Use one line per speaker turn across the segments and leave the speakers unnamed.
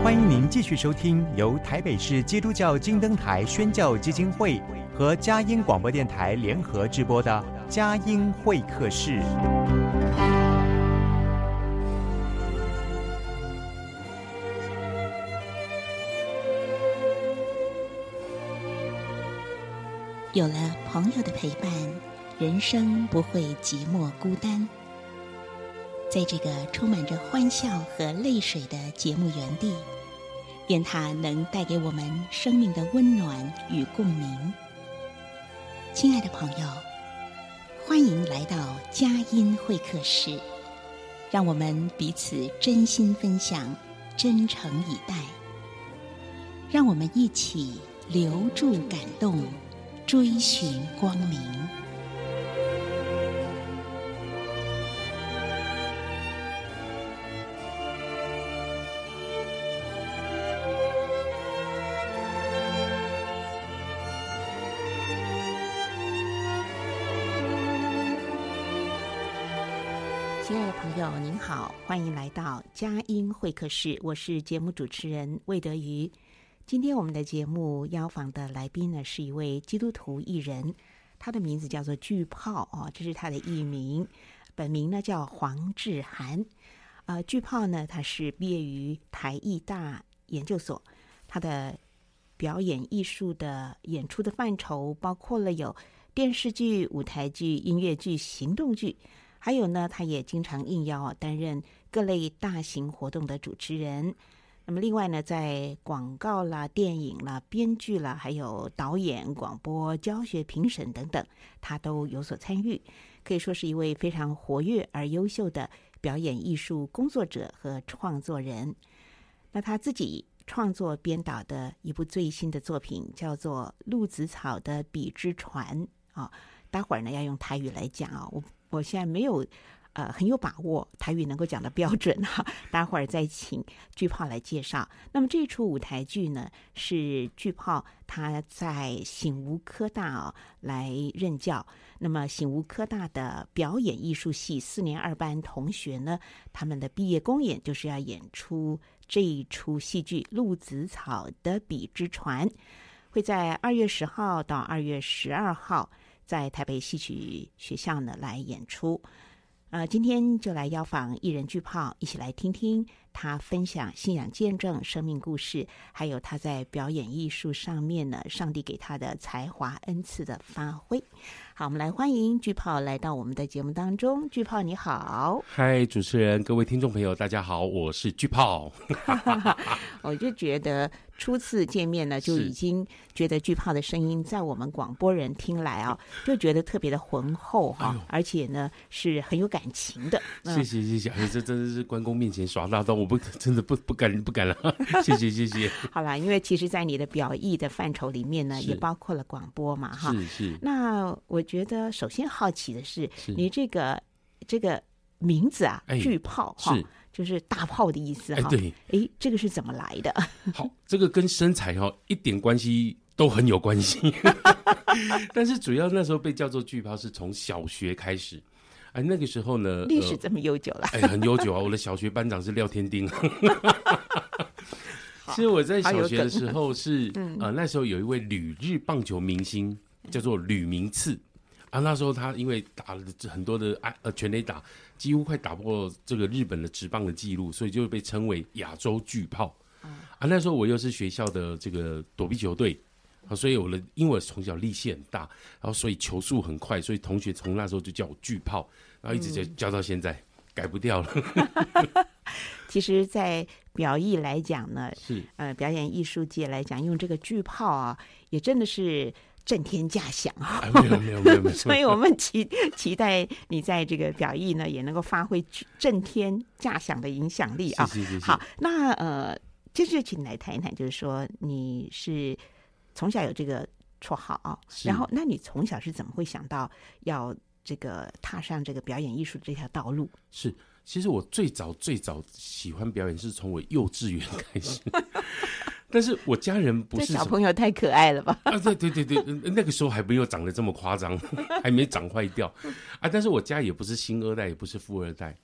欢迎您继续收听由台北市基督教金灯台宣教基金会和佳音广播电台联合制播的佳音会客室。
有了朋友的陪伴，人生不会寂寞孤单。在这个充满着欢笑和泪水的节目园地，愿它能带给我们生命的温暖与共鸣。亲爱的朋友，欢迎来到佳音会客室，让我们彼此真心分享，真诚以待。让我们一起留住感动，追寻光明。亲爱的朋友您好，欢迎来到佳音会客室，我是节目主持人魏德瑜。今天我们的节目邀访的来宾呢，是一位基督徒艺人，他的名字叫做巨炮这是他的艺名，本名呢叫黄志涵。巨炮呢，他是毕业于台艺大研究所，他的表演艺术的演出的范畴包括了有电视剧、舞台剧、音乐剧、行动剧，还有呢，他也经常应邀担任各类大型活动的主持人。那么另外呢，在广告啦、电影啦、编剧啦，还有导演、广播、教学、评审等等，他都有所参与，可以说是一位非常活跃而优秀的表演艺术工作者和创作人。那他自己创作编导的一部最新的作品叫做《鹿子草的笔之船》待会儿呢要用台语来讲我现在没有很有把握台语能够讲得标准待会儿再请巨炮来介绍。那么这出舞台剧呢，是巨炮他在醒吾科大来任教。那么醒吾科大的表演艺术系4年2班同学呢，他们的毕业公演就是要演出这一出戏剧《鹿子草的笔之船》，会在2月10号到2月12号在台北戏曲学校呢来演出。今天就来邀访艺人巨炮，一起来听听他分享信仰见证、生命故事，还有他在表演艺术上面呢，上帝给他的才华恩赐的发挥。好，我们来欢迎巨炮来到我们的节目当中。巨炮你好。
嗨，主持人，各位听众朋友大家好，我是巨炮。
我就觉得初次见面呢，就已经觉得巨炮的声音在我们广播人听来就觉得特别的浑厚而且呢是很有感情的。
谢谢，这真的是关公面前耍大刀，我真的不敢了。谢谢。
好啦，因为其实在你的表艺的范畴里面呢，也包括了广播嘛
是。
那我觉得首先好奇的是你这个名字巨炮
是
就是大炮的意思
对，
这个是怎么来的？
好，这个跟身材一点关系都很有关系。但是主要那时候被叫做巨炮是从小学开始。那个时候呢，
历史这么悠久了。
很悠久我的小学班长是廖天丁。其实我在小学的时候是那时候有一位旅日棒球明星叫做吕明次那时候他因为打了很多的全垒打，几乎快打破这个日本的职棒的记录，所以就被称为亚洲巨炮。那时候我又是学校的这个躲避球队，所以因为我从小力气很大，然后所以球速很快，所以同学从那时候就叫我巨炮，然后一直叫到现在，改不掉了。
其实在表艺来讲呢，
是
表演艺术界来讲，用这个巨炮也真的是震天价响
没有
所以我们期待你在这个表艺呢也能够发挥震天价响的影响力
是
好，那就是请你来谈一谈，就是说你是从小有这个绰号然后那你从小是怎么会想到要这个踏上这个表演艺术这条道路？
是，其实我最早喜欢表演是从我幼稚园开始。但是我家人不是
这小朋友太可爱了吧？
对，那个时候还没有长得这么夸张，还没长坏掉但是我家也不是星二代，也不是富二代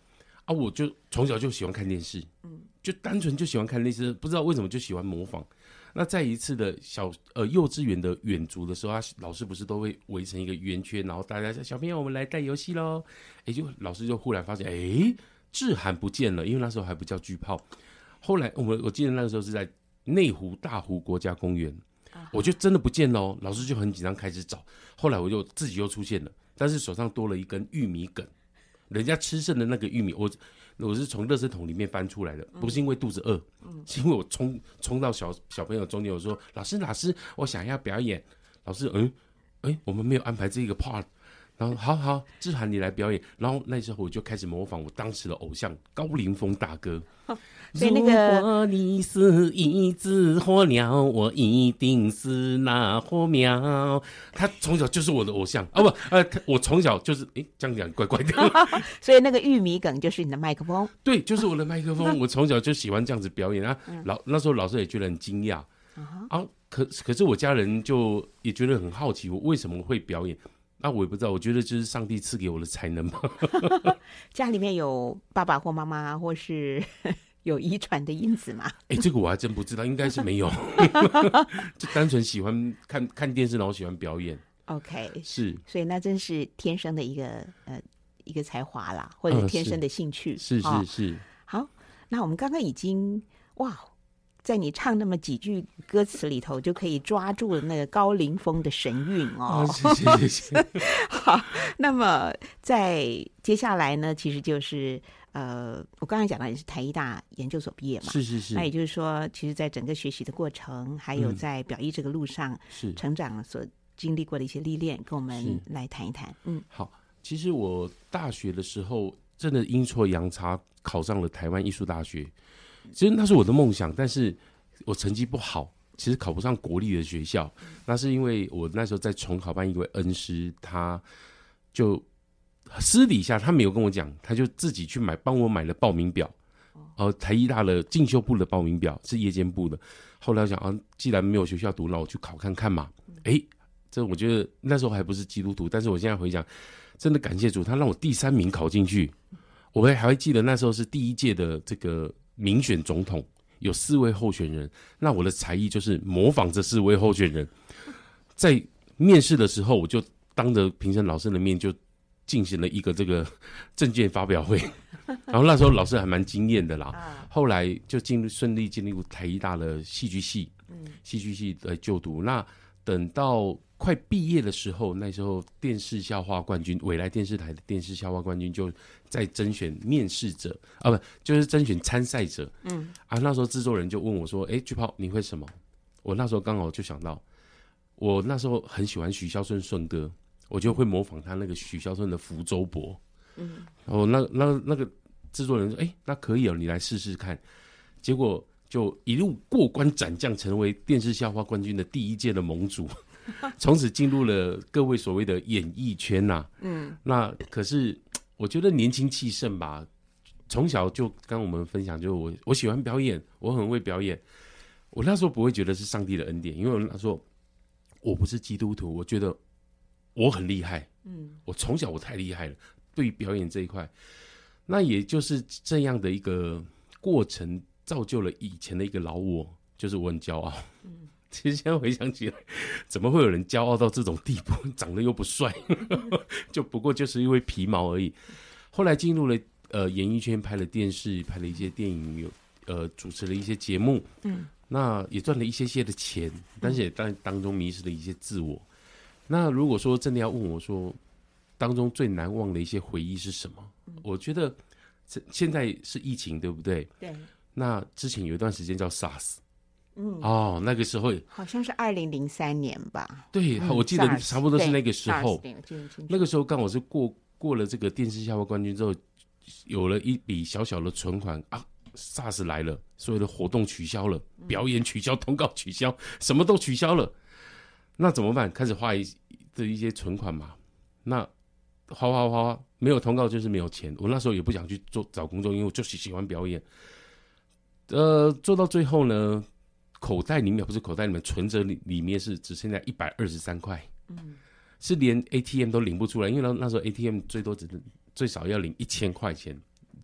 啊，我就从小就喜欢看电视，就单纯就喜欢看电视，不知道为什么就喜欢模仿。那在一次的幼稚园的远足的时候，老师不是都会围成一个圆圈，然后大家说小朋友我们来带游戏咯，老师就忽然发现志涵不见了，因为那时候还不叫巨炮。后来我记得那个时候是在内湖大湖国家公园，我就真的不见了，老师就很紧张开始找，后来我就自己又出现了，但是手上多了一根玉米梗，人家吃剩的那个玉米，我是从垃圾桶里面翻出来的，不是因为肚子饿，是因为我冲到小朋友中间，我说老师，我想要表演。老师，我们没有安排这个 part。然后好，志涵你来表演。然后那时候我就开始模仿我当时的偶像高凌风大哥。
所以那个，
如果你是一只火鸟，我一定是那火苗。他从小就是我的偶像我从小就是这样讲怪怪的。
所以那个玉米梗就是你的麦克风。
对，就是我的麦克风。我从小就喜欢这样子表演啊。那时候老师也觉得很惊讶可是我家人就也觉得很好奇，我为什么会表演。我也不知道，我觉得就是上帝赐给我的才能吧。
家里面有爸爸或妈妈或是有遗传的因子吗？
这个我还真不知道，应该是没有。就单纯喜欢看电视，然后喜欢表演。
OK，
是，
所以那真是天生的一个才华啦，或者天生的兴趣。
是。
好，那我们刚刚已经在你唱那么几句歌词里头，就可以抓住了那个高凌风的神韵
谢谢。
好，那么在接下来呢，其实就是我刚才讲到你是台艺大研究所毕业嘛，
是。
那也就是说，其实在整个学习的过程，还有在表艺这个路上成长所经历过的一些历练，跟我们来谈一谈。
好，其实我大学的时候真的阴错阳差考上了台湾艺术大学。其实那是我的梦想，但是我成绩不好，其实考不上国立的学校。那是因为我那时候在重考班一位恩师，他就私底下他没有跟我讲，他就自己去帮我买了报名表，台艺大的进修部的报名表是夜间部的。后来我想既然没有学校读，那我去考看看嘛。这我觉得那时候还不是基督徒，但是我现在回想，真的感谢主，他让我第3名考进去。我还会记得那时候是第1届的这个民选总统，有4位候选人，那我的才艺就是模仿这4位候选人。在面试的时候，我就当着评审老师的面就进行了一个这个政见发表会，然后那时候老师还蛮惊艳的啦。后来就顺利进入台艺大的戏剧系，戏剧系来就读。那等到快毕业的时候，那时候电视笑话冠军，未来电视台的电视笑话冠军就在甄选面试者就是甄选参赛者。那时候制作人就问我说：“巨炮你会什么？”我那时候刚好就想到，我那时候很喜欢许孝顺哥，我就会模仿他那个许孝顺的福州伯。然后那个制作人说：“那可以你来试试看。”结果就一路过关斩将，成为电视笑话冠军的第1届的盟主。从此进入了各位所谓的演艺圈那可是我觉得年轻气盛吧，从小就跟我们分享，就我喜欢表演，我很会表演。我那时候不会觉得是上帝的恩典，因为我那时候我不是基督徒，我觉得我很厉害。我从小我太厉害了，对于表演这一块。那也就是这样的一个过程，造就了以前的一个老我，就是我很骄傲。其实现在回想起来，怎么会有人骄傲到这种地步？长得又不帅，就不过就是因为皮毛而已。后来进入了演艺圈，拍了电视，拍了一些电影，主持了一些节目，那也赚了一些的钱，但是也当中迷失了一些自我。那如果说真的要问我说，当中最难忘的一些回忆是什么？我觉得现在是疫情，对不对？
对。
那之前有一段时间叫 SARS。那个时候
好像是2003年吧。
对，我记得差不多是那个时候。那个时候刚好是过了这个电视笑话冠军之后，有了一笔小小的存款SARS 来了，所有的活动取消了，表演取消，通告取消，什么都取消了。那怎么办？开始花一些存款嘛。那花，没有通告就是没有钱。我那时候也不想去找工作，因为我就是喜欢表演。做到最后呢，口袋里面不是口袋里面，存折里面是只剩下123块，是连 ATM 都领不出来，因为那时候 ATM 最少要领1000块钱，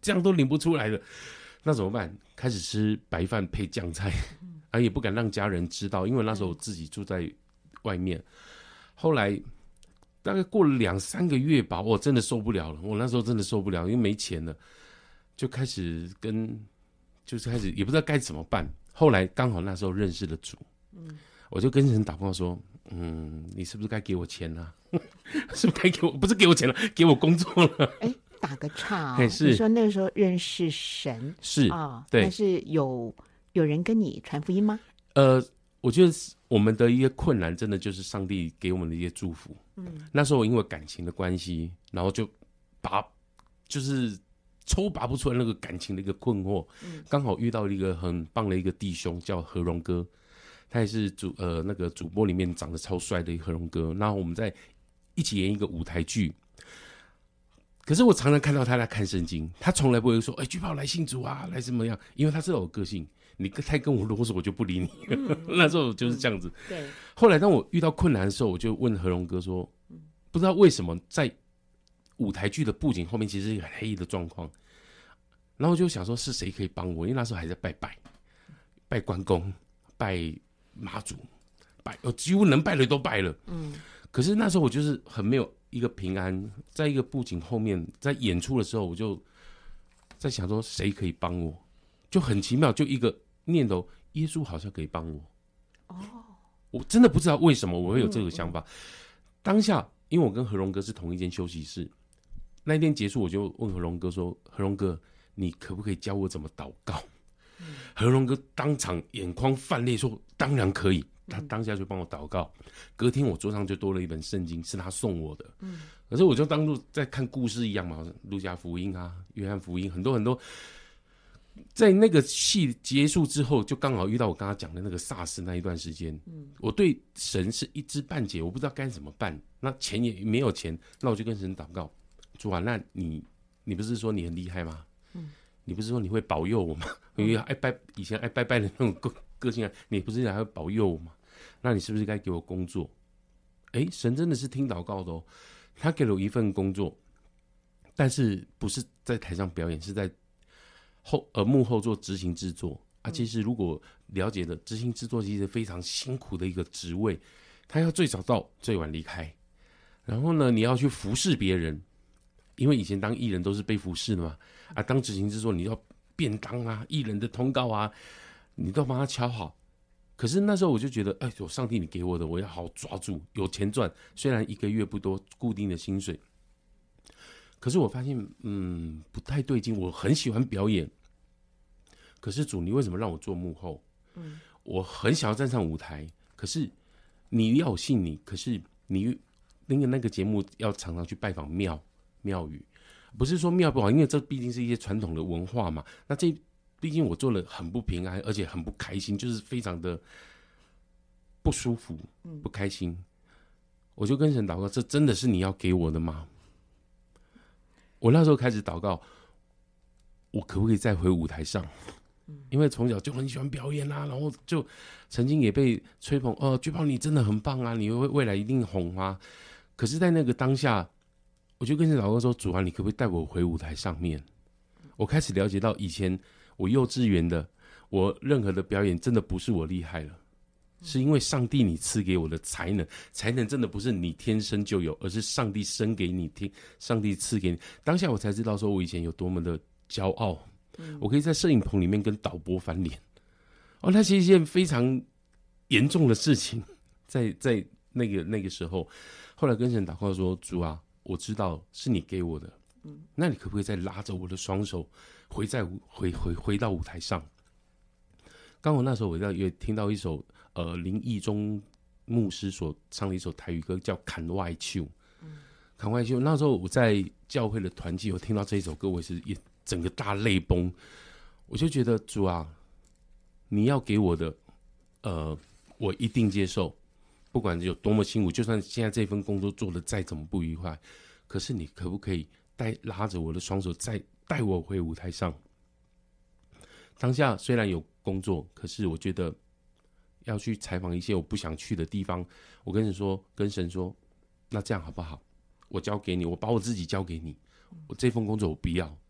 这样都领不出来了，那怎么办？开始吃白饭配酱菜，也不敢让家人知道，因为那时候我自己住在外面。后来大概过了2-3个月吧，我真的受不了了，我那时候真的受不了，因为没钱了，就开始也不知道该怎么办。后来刚好那时候认识了主，我就跟神祷告说，你是不是该给我钱了？是不是该给我？不是给我钱了，给我工作了。
打个岔
你
说那个时候认识神
是对，
但是有人跟你传福音吗？
我觉得我们的一些困难，真的就是上帝给我们的一些祝福。那时候我因为感情的关系，然后就就是抽拔不出来那个感情的一个困惑，刚好遇到一个很棒的一个弟兄，叫何荣哥，他也是那个主播里面长得超帅的一个何荣哥。然后我们在一起演一个舞台剧，可是我常常看到他在看圣经，他从来不会说巨宝来信主啊，来怎么样，因为他知道我个性，你太跟我啰嗦，我就不理你。那时候就是这样子。
对。
后来当我遇到困难的时候，我就问何荣哥说，不知道为什么在舞台剧的布景后面其实是一个很黑的状况，然后我就想说是谁可以帮我，因为那时候还在拜关公、拜妈祖，我几乎能拜的都拜了。可是那时候我就是很没有一个平安，在一个布景后面，在演出的时候，我就在想说谁可以帮我，就很奇妙，就一个念头，耶稣好像可以帮我。我真的不知道为什么我会有这个想法。当下因为我跟何荣哥是同一间休息室，那一天结束我就问何荣哥说，何荣哥你可不可以教我怎么祷告？何荣哥当场眼眶泛泪说当然可以，他当下就帮我祷告。隔天我桌上就多了一本圣经，是他送我的。可是我就当作在看故事一样嘛，路加福音啊、约翰福音，很多很多。在那个戏结束之后，就刚好遇到我刚刚讲的那个SARS那一段时间。我对神是一知半解，我不知道该怎么办。那钱也没有钱，那我就跟神祷告，主啊，那你不是说你很厉害吗？你不是说你会保佑我吗？因为以前爱拜拜的那种个性啊，你不是还会保佑我吗？那你是不是该给我工作？神真的是听祷告的哦，他给了我一份工作，但是不是在台上表演，是在幕后做执行制作啊。其实如果了解的，执行制作其实非常辛苦的一个职位，他要最早到最晚离开，然后呢你要去服侍别人，因为以前当艺人都是被服侍的嘛，当执行制作你要便当啊、艺人的通告啊，你都要帮他敲好。可是那时候我就觉得有上帝你给我的，我要好好抓住，有钱赚，虽然一个月不多固定的薪水，可是我发现不太对劲。我很喜欢表演，可是主你为什么让我做幕后？我很想要站上舞台，可是你要信你，可是你那个节目要常常去拜访庙宇，不是说庙不好，因为这毕竟是一些传统的文化嘛。那毕竟我做了很不平安，而且很不开心，就是非常的不舒服、不开心。我就跟神祷告，这真的是你要给我的吗？我那时候开始祷告，我可不可以再回舞台上？因为从小就很喜欢表演啊，然后就曾经也被吹捧，巨宝你真的很棒啊，你未来一定红啊。可是在那个当下，我就跟神祷告说，主啊，你可不可以带我回舞台上面？我开始了解到以前我幼稚园的我任何的表演真的不是我厉害了，是因为上帝你赐给我的才能真的不是你天生就有，而是上帝生给你，上帝赐给你。当下我才知道说我以前有多么的骄傲，我可以在摄影棚里面跟导播翻脸，那是一件非常严重的事情。在那个时候，后来跟神祷告说，主啊，我知道是你给我的，那你可不可以再拉着我的双手回到舞台上？刚好那时候我也听到一首林义中牧师所唱的一首台语歌，叫《坎外秋》。坎外秋，那时候我在教会的团契，我听到这一首歌，我也整个大泪崩。我就觉得主啊，你要给我的，我一定接受，不管有多么辛苦，就算现在这份工作做得再怎么不愉快，可是你可不可以拉着我的双手，再带我回舞台上？当下虽然有工作，可是我觉得要去采访一些我不想去的地方。我跟神说，那这样好不好？我交给你，我把我自己交给你，我这份工作我不要，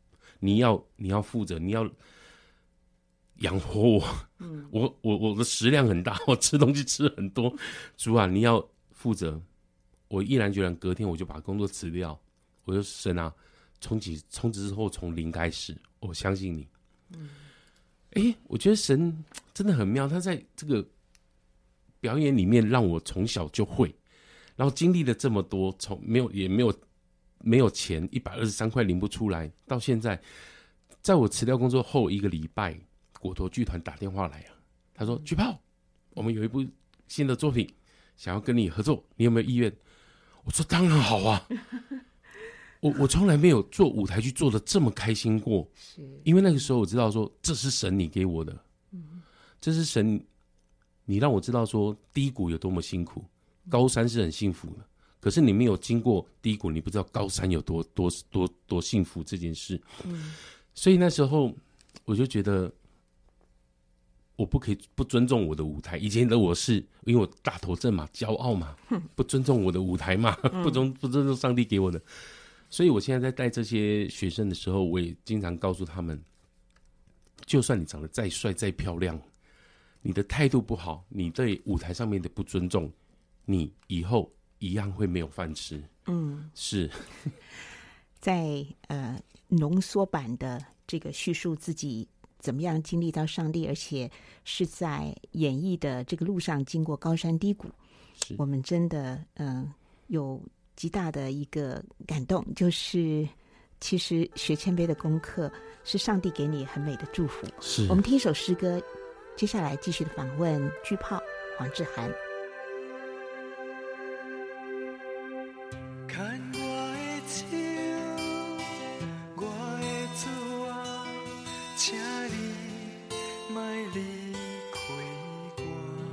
你要负责，你要养活我，我的食量很大，我吃东西吃很多，主啊，你要负责。我毅然决然，隔天我就把工作辞掉，我就神啊，从此之后从零开始，我相信你。我觉得神真的很妙，他在这个表演里面让我从小就会，然后经历了这么多，从没有钱123块领不出来，到现在，在我辞掉工作后1个礼拜，果陀剧团打电话来啊，他说：“巨炮，我们有一部新的作品，想要跟你合作，你有没有意愿？”我说：“当然好啊。”我从来没有做舞台剧做得这么开心过，因为那个时候我知道说这是神你给我的，这是神你让我知道说低谷有多么辛苦，高山是很幸福的，可是你没有经过低谷，你不知道高山有多幸福这件事。所以那时候我就觉得我不可以不尊重我的舞台。以前的我是因为我大头症嘛，骄傲嘛，不尊重我的舞台嘛，不尊重上帝给我的。所以我现在在带这些学生的时候，我也经常告诉他们，就算你长得再帅再漂亮，你的态度不好，你对舞台上面的不尊重，你以后一样会没有饭吃。是
在浓缩版的这个叙述自己怎么样经历到上帝，而且是在演绎的这个路上经过高山低谷，我们真的有极大的一个感动，就是其实学谦卑的功课是上帝给你很美的祝福。是我们听一首诗歌，接下来继续的访问巨炮黄志涵。
看我的手，我的主啊，请你莫离开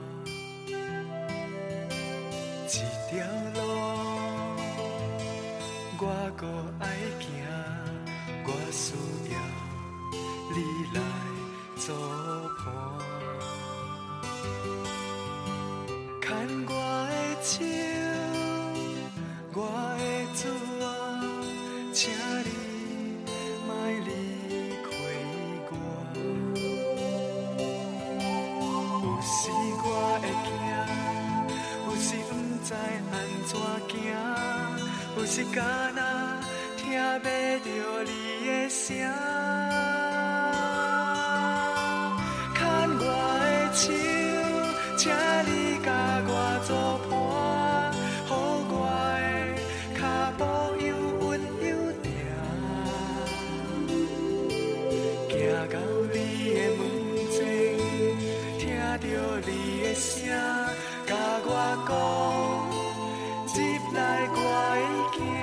我，这条路我还爱行，我需要你来作伴。看我的手，我的主啊，请你莫离开我。有时我会惊，有时不知安怎行，有时敢若听袂到你的声。看我的手，请你甲我作伴，予我的脚步又稳又定，行到你的门前，听到你的声，甲我讲，入来我的行。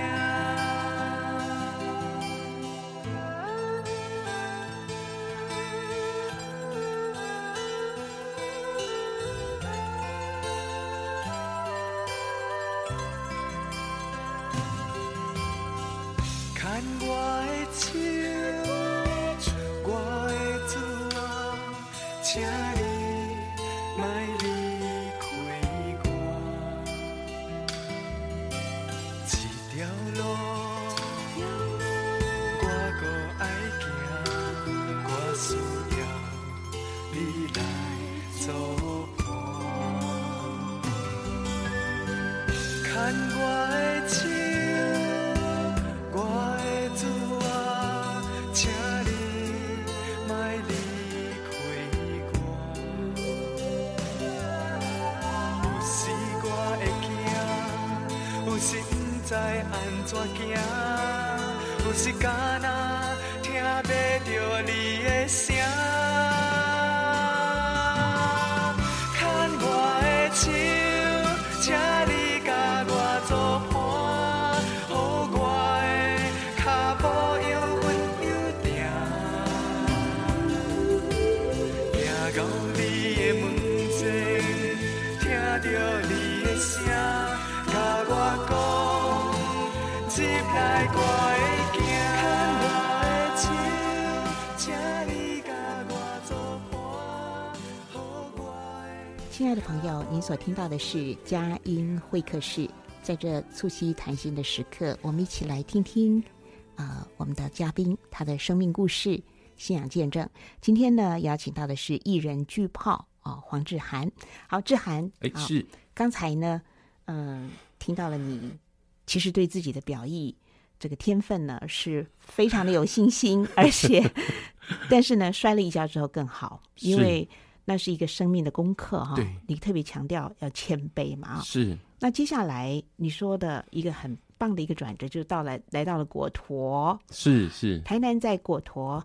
看我的手，我的主啊，请你莫离开我。这条路我还爱行，我需要你来作伴。看我的手，我的主啊，请你莫离开我。有时我会惊，有时不知安怎行，有时敢若听袂到你的声。看我的手，请你甲我作伴，予我的脚步又稳又定，行到你的门前，听到你的声，甲我讲，入来我的行。看我的手，请你甲我作伴，予我的。
亲爱的朋友，您所听到的是佳音会客室。在这促膝谈心的时刻，我们一起来听听我们的嘉宾他的生命故事、信仰见证。今天呢，邀请到的是艺人巨炮黄志涵。好，志涵，
是
刚才呢，听到了你其实对自己的表意这个天分呢是非常的有信心，而且但是呢摔了一跤之后更好，因为那是一个生命的功课哈。
对，
你特别强调要谦卑嘛。
是。
那接下来你说的一个很棒的一个转折，就是来到了果陀。是台南在果陀，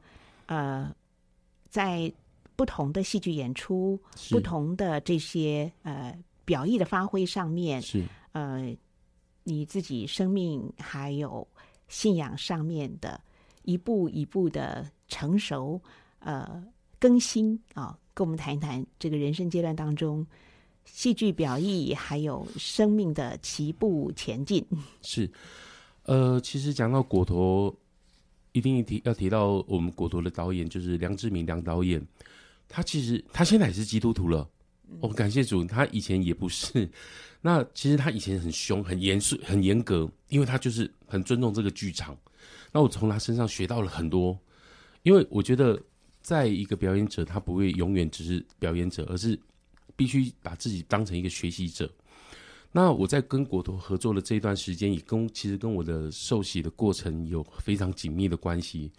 在不同的戏剧演出、不同的这些表意的发挥上面，是你自己生命还有信仰上面的一步一步的成熟更新啊，跟我们谈一谈这个人生阶段当中戏剧表意还有生命的齐步前进。
是其实讲到果陀，一定要提到我们果陀的导演就是梁志明梁导演，他现在也是基督徒了。感谢主，他以前也不是。那其实他以前很凶、很严肃、很严格，因为他就是很尊重这个剧场。那我从他身上学到了很多，因为我觉得在一个表演者，他不会永远只是表演者，而是必须把自己当成一个学习者。那我在跟果陀合作的这一段时间，其实跟我的受洗的过程有非常紧密的关系。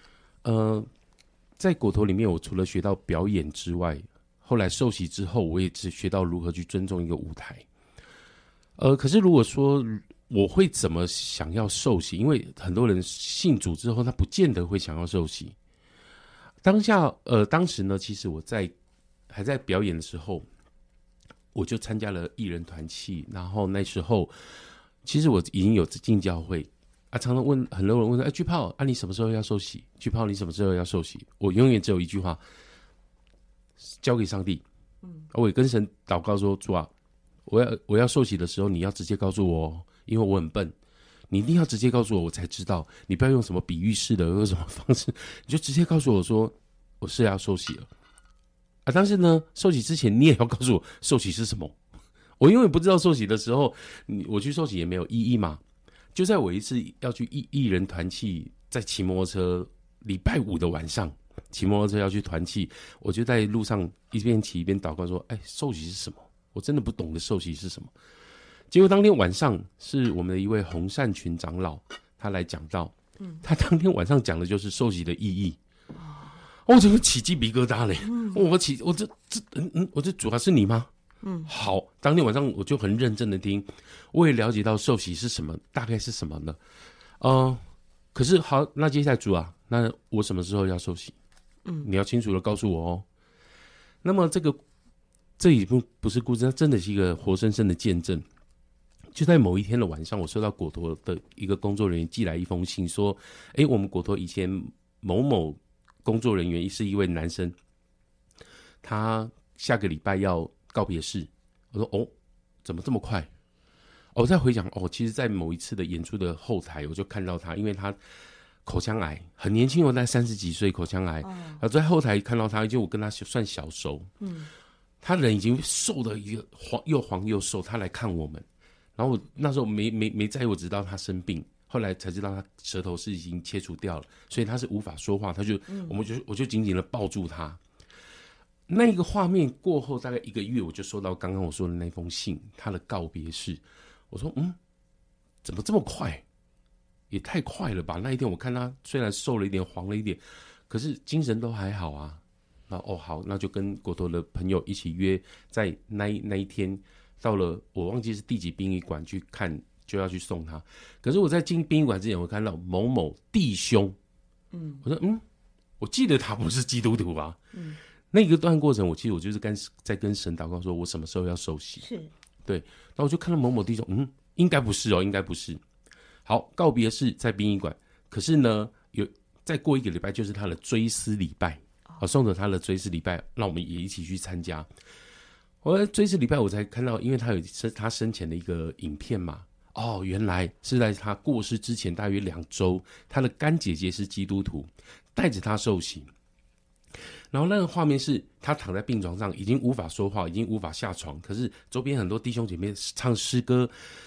在果陀里面，我除了学到表演之外，后来受洗之后，我也只学到如何去尊重一个舞台。可是如果说我会怎么想要受洗，因为很多人信主之后，他不见得会想要受洗。当时呢，其实我还在表演的时候，我就参加了艺人团契，然后那时候其实我已经有进教会常常很多人问说，巨炮你什么时候要受洗？巨炮你什么时候要受洗？我永远只有一句话，交给上帝。我也跟神祷告说，主啊，我要受洗的时候，你要直接告诉我因为我很笨，你一定要直接告诉我才知道，你不要用什么比喻式的，用什么方式，你就直接告诉我说我是要受洗了但是呢，受洗之前你也要告诉我受洗是什么。我因为不知道受洗的时候，我去受洗也没有意义嘛。就在我一次要去艺人团契，在骑摩托车，礼拜五的晚上骑摩托车要去团契，我就在路上一边骑一边祷告说，受洗是什么？我真的不懂得受洗是什么。结果当天晚上是我们的一位洪善群长老，他来讲道，他当天晚上讲的就是受洗的意义。我整个起鸡皮疙瘩嘞！我这主要是你吗？好，当天晚上我就很认真的听，我也了解到受洗是什么，大概是什么呢？可是好，那接下来主啊，那我什么时候要受洗？你要清楚的告诉我哦。那么这已经不是故事，它真的是一个活生生的见证。就在某一天的晚上，我收到果陀的一个工作人员寄来一封信，说，我们果陀以前某某工作人员是一位男生，他下个礼拜要告别式。我说怎么这么快？我再回想其实在某一次的演出的后台，我就看到他，因为他口腔癌很年轻，在30几岁口腔癌，在后台看到他，因为我跟他算小熟，他人已经瘦的一个又黄又瘦，他来看我们，然后我那时候没在意，我只知道他生病。后来才知道他舌头是已经切除掉了，所以他是无法说话。我就紧紧的抱住他。那个画面过后大概1个月，我就收到刚刚我说的那封信，他的告别式。我说怎么这么快？也太快了吧！那一天我看他虽然瘦了一点，黄了一点，可是精神都还好啊。好，那就跟果陀的朋友一起约在那一天，到了我忘记是第几殡仪馆去看。就要去送他，可是我在进殡仪馆之前，我看到某某弟兄，我说我记得他不是基督徒啊，那个段过程，我就是在跟神祷告，说我什么时候要受洗？是，对，然后我就看到某某弟兄，应该不是应该不是。好，告别式在殡仪馆，可是呢，再过1个礼拜就是他的追思礼拜，送着他的追思礼拜，让我们也一起去参加。我在追思礼拜，我才看到，因为他有他生前的一个影片嘛。原来是在他过世之前大约2周，他的干姐姐是基督徒，带着他受洗。然后那个画面是他躺在病床上，已经无法说话，已经无法下床，可是周边很多弟兄姐妹唱诗歌，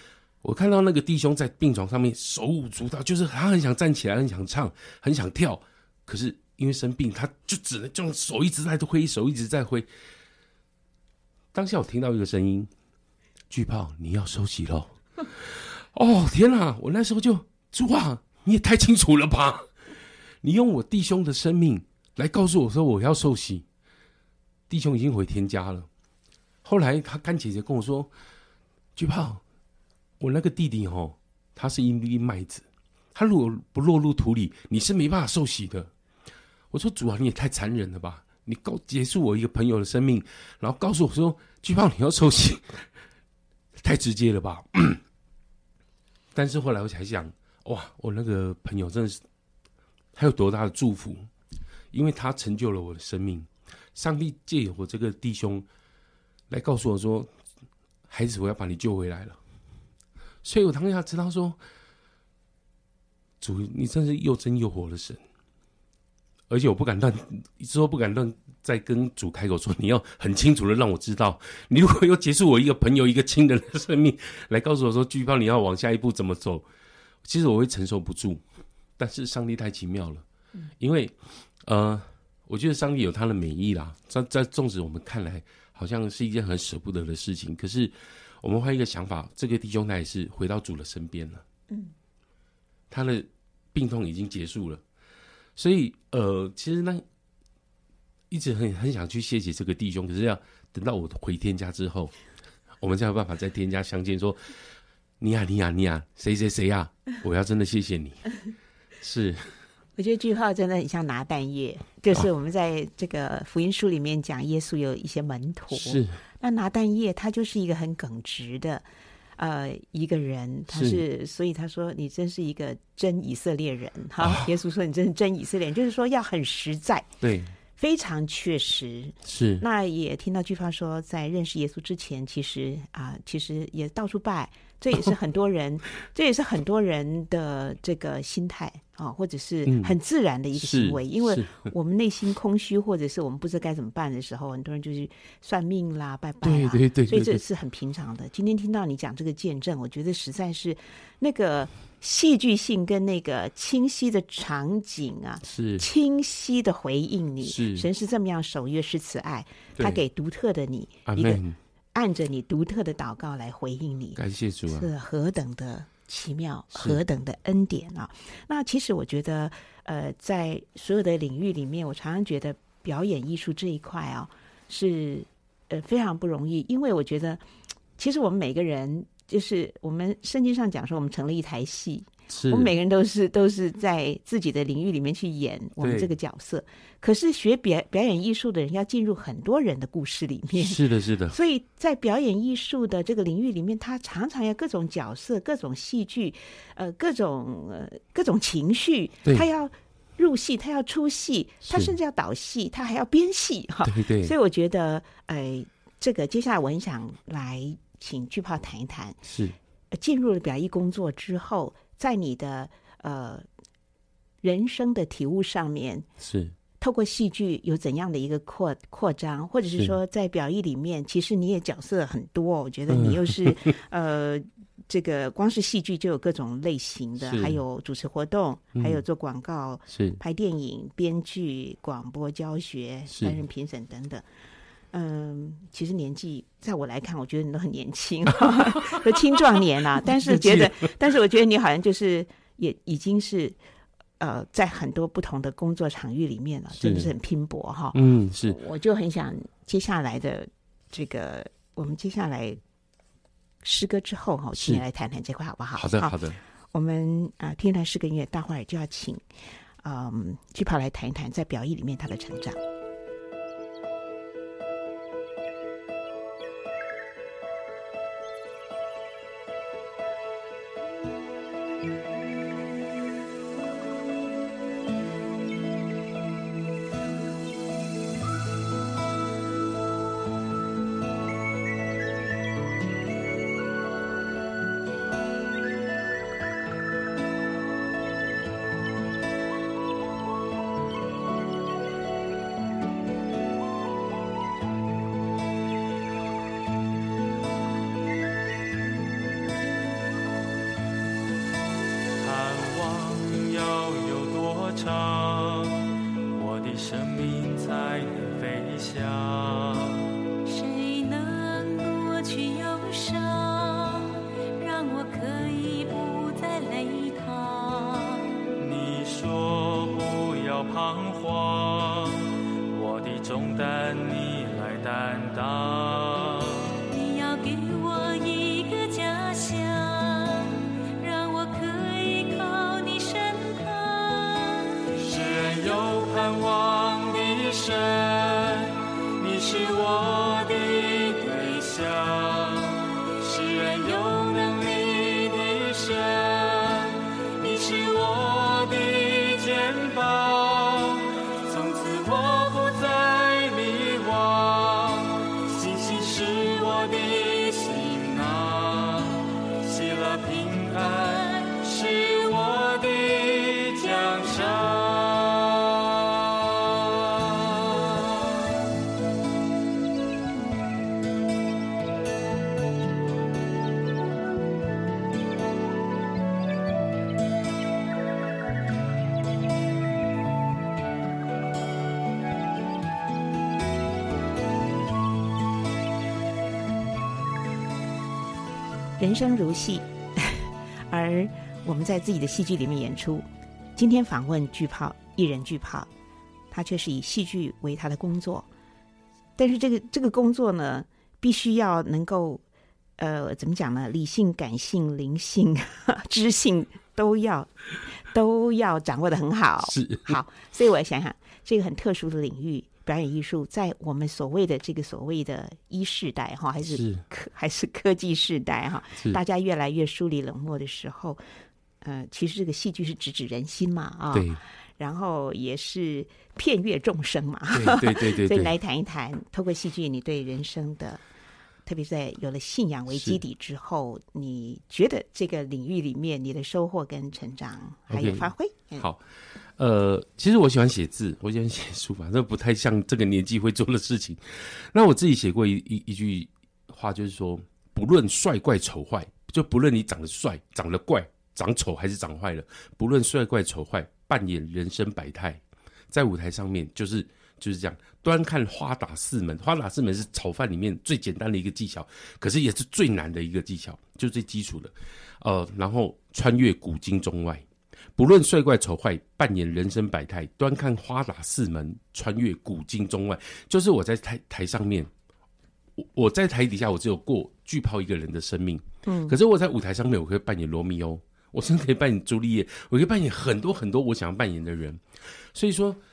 我看到那个弟兄在病床上面手舞足蹈，就是他很想站起来，很想唱，很想跳，可是因为生病，他就只能这种手一直在挥，手一直在挥。当下我听到一个声音：“巨炮，你要受洗咯。”哦天哪！我那时候就主啊，你也太清楚了吧！你用我弟兄的生命来告诉我说我要受洗。弟兄已经回天家了。后来他干姐姐跟我说：“巨炮，我那个弟弟他是一粒麦子，他如果不落入土里，你是没办法受洗的。”我说：“主啊，你也太残忍了吧！你结束我一个朋友的生命，然后告诉我说巨炮你要受洗，太直接了吧？”但是后来我才想，哇，我那个朋友真的是还有多大的祝福，因为他成就了我的生命。上帝借由我这个弟兄来告诉我说：“孩子，我要把你救回来了。”所以我当下知道说，主，你真是又真又活的神。而且我不敢乱，之后不敢乱再跟主开口说，你要很清楚的让我知道，你如果又结束我一个朋友一个亲人的生命，来告诉我说巨炮你要往下一步怎么走，其实我会承受不住。但是上帝太奇妙了，因为我觉得上帝有他的美意啦，在纵使我们看来好像是一件很舍不得的事情，可是我们换一个想法，这个弟兄他也是回到主的身边了，他的病痛已经结束了。所以其实呢，一直很想去谢谢这个弟兄，可是要等到我回天家之后，我们才有办法在天家相见，说你啊，谁啊，我要真的谢谢你。是，
我觉得句号真的很像拿蛋液，就是我们在这个福音书里面讲耶稣有一些门徒，
是
那拿蛋液他就是一个很耿直的一个人，他是所以他说你真是一个真以色列人哈，耶稣说你真是真以色列人，就是说要很实在，
对，
非常确实。
是，
那也听到句方说，在认识耶稣之前，其实也到处拜，这也是很多人，这也是很多人的这个心态或者是很自然的一个行为，因为我们内心空虚，或者是我们不知道该怎么办的时候，很多人就是算命啦、拜拜啦，对，所以这是很平常的。今天听到你讲这个见证，我觉得实在是那个戏剧性跟那个清晰的场景啊，是清晰的回应你，神是这么样守约施慈爱，他给独特的你一个按着你独特的祷告来回应你，
感谢主啊，
是何等的奇妙，何等的恩典啊！那其实我觉得在所有的领域里面，我常常觉得表演艺术这一块是非常不容易，因为我觉得其实我们每个人，就是我们圣经上讲说我们成了一台戏，我们每个人都是在自己的领域里面去演我们这个角色，可是学表演艺术的人要进入很多人的故事里面，是的，所以在表演艺术的这个领域里面，他常常要各种角色、各种戏剧，各种情绪，他要入戏，他要出戏，他甚至要导戏，他还要编戏哈。对，所以我觉得这个接下来我很想来请巨炮谈一谈，是进入了表艺工作之后，在你的人生的体悟上面，是透过戏剧有怎样的一个扩张，或者是说在表艺里面，其实你也角色很多，我觉得你又是这个光是戏剧就有各种类型的，还有主持活动，还有做广告，是拍电影、编剧、广播教学、担任评审等等。其实年纪在我来看，我觉得你都很年轻，都青壮年啊。但是我觉得你好像就是也已经是在很多不同的工作场域里面了，真的是很拼搏哈。是。我就很想接下来的这个，我们接下来诗歌之后哈，请你来谈谈这块好不好？好的。我们听一段诗歌音乐，大会儿就要请巨炮来谈一谈在表艺里面他的成长。
的生命才能飞翔。
谁能夺去忧伤，让我可以不再泪淌？
你说不要彷徨，我的重担你来担当。
你要给我一个家乡，让我可以靠你身旁。
世人有盼望的神，你是我的对象。世人有能力的神，你是我的肩膀。从此我不再迷惘，信心是我的行囊，喜乐平安是我的奖赏。
人生如戏，而我们在自己的戏剧里面演出。今天访问巨炮艺人巨炮，他却是以戏剧为他的工作，但是这个工作呢，必须要能够怎么讲呢？理性、感性、灵性、知性都要掌握得很好。
是
好，所以我想想，这个很特殊的领域。表演艺术在我们所谓的一世代哈，还是科技世代哈，大家越来越疏离冷漠的时候，其实这个戏剧是直指人心嘛啊，
对，
然后也是遍悦众生嘛，
对，
所以来谈一谈，透过戏剧你对人生的，特别在有了信仰为基底之后，你觉得这个领域里面你的收获跟成长还有发挥？
好。其实我喜欢写字，我喜欢写书法，这不太像这个年纪会做的事情。那我自己写过一句话，就是说，不论帅怪丑坏，就不论你长得帅、长得怪、长丑还是长坏了，不论帅怪丑坏，扮演人生百态，在舞台上面就是这样，端看花打四门。花打四门是炒饭里面最简单的一个技巧，可是也是最难的一个技巧，就最基础的。然后穿越古今中外。不论帅怪丑坏，扮演人生百态，端看花打四门，穿越古今中外。就是我在台上面，我在台底下，我只有过巨炮一个人的生命。可是我在舞台上面，我可以扮演罗密欧，我甚至可以扮演朱丽叶，我可以扮演很多很多我想要扮演的人。所以说，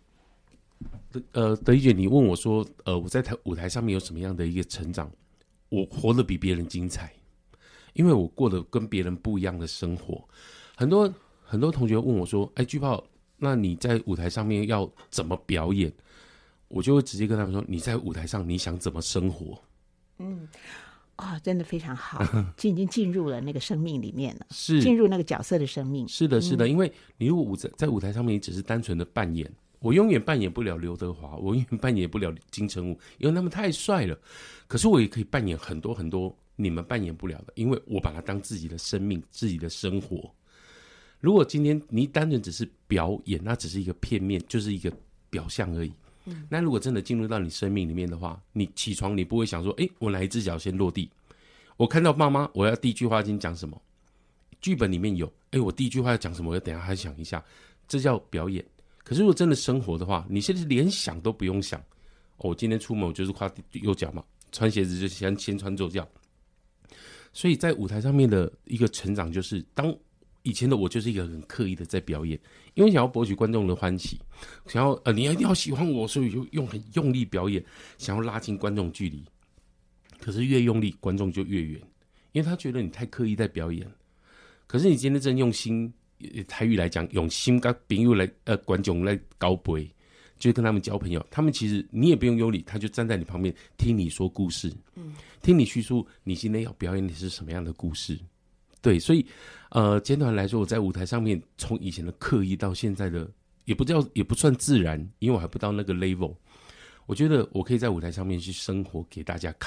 德一姐，你问我说，我在舞台上面有什么样的一个成长？我活得比别人精彩，因为我过得跟别人不一样的生活。很多同学问我说：“哎，巨炮，那你在舞台上面要怎么表演？”我就会直接跟他们说：“你在舞台上你想怎么生活？”
真的非常好，就已经进入了那个生命里面了，
是
进入那个角色的生命。
是的，是的，因为你如果在舞台上面，你只是单纯的扮演，我永远扮演不了刘德华，我永远扮演不了金城武，因为他们太帅了。可是我也可以扮演很多很多你们扮演不了的，因为我把它当自己的生命、自己的生活。如果今天你单纯只是表演，那只是一个片面，就是一个表象而已。那如果真的进入到你生命里面的话，你起床你不会想说，我哪一只脚先落地？我看到妈妈，我要第一句话先讲什么？剧本里面有，我第一句话要讲什么？我要等一下还想一下，这叫表演。可是如果真的生活的话，你现在连想都不用想。我今天出门我就是跨右脚嘛，穿鞋子就先穿左脚。所以在舞台上面的一个成长，就是当以前的我就是一个很刻意的在表演，因为想要博取观众的欢喜，想要你一定要喜欢我，所以就很用力表演，想要拉近观众距离。可是越用力，观众就越远，因为他觉得你太刻意在表演。可是你今天真用心，台语来讲，用心跟朋友来观众来交陪，就是跟他们交朋友。他们其实你也不用用力，他就站在你旁边听你说故事，听你叙述你今天要表演的是什么样的故事。对，所以简短来说，我在舞台上面从以前的刻意到现在的也不算自然，因为我还不到那个 level。我觉得我可以在舞台上面去生活给大家看。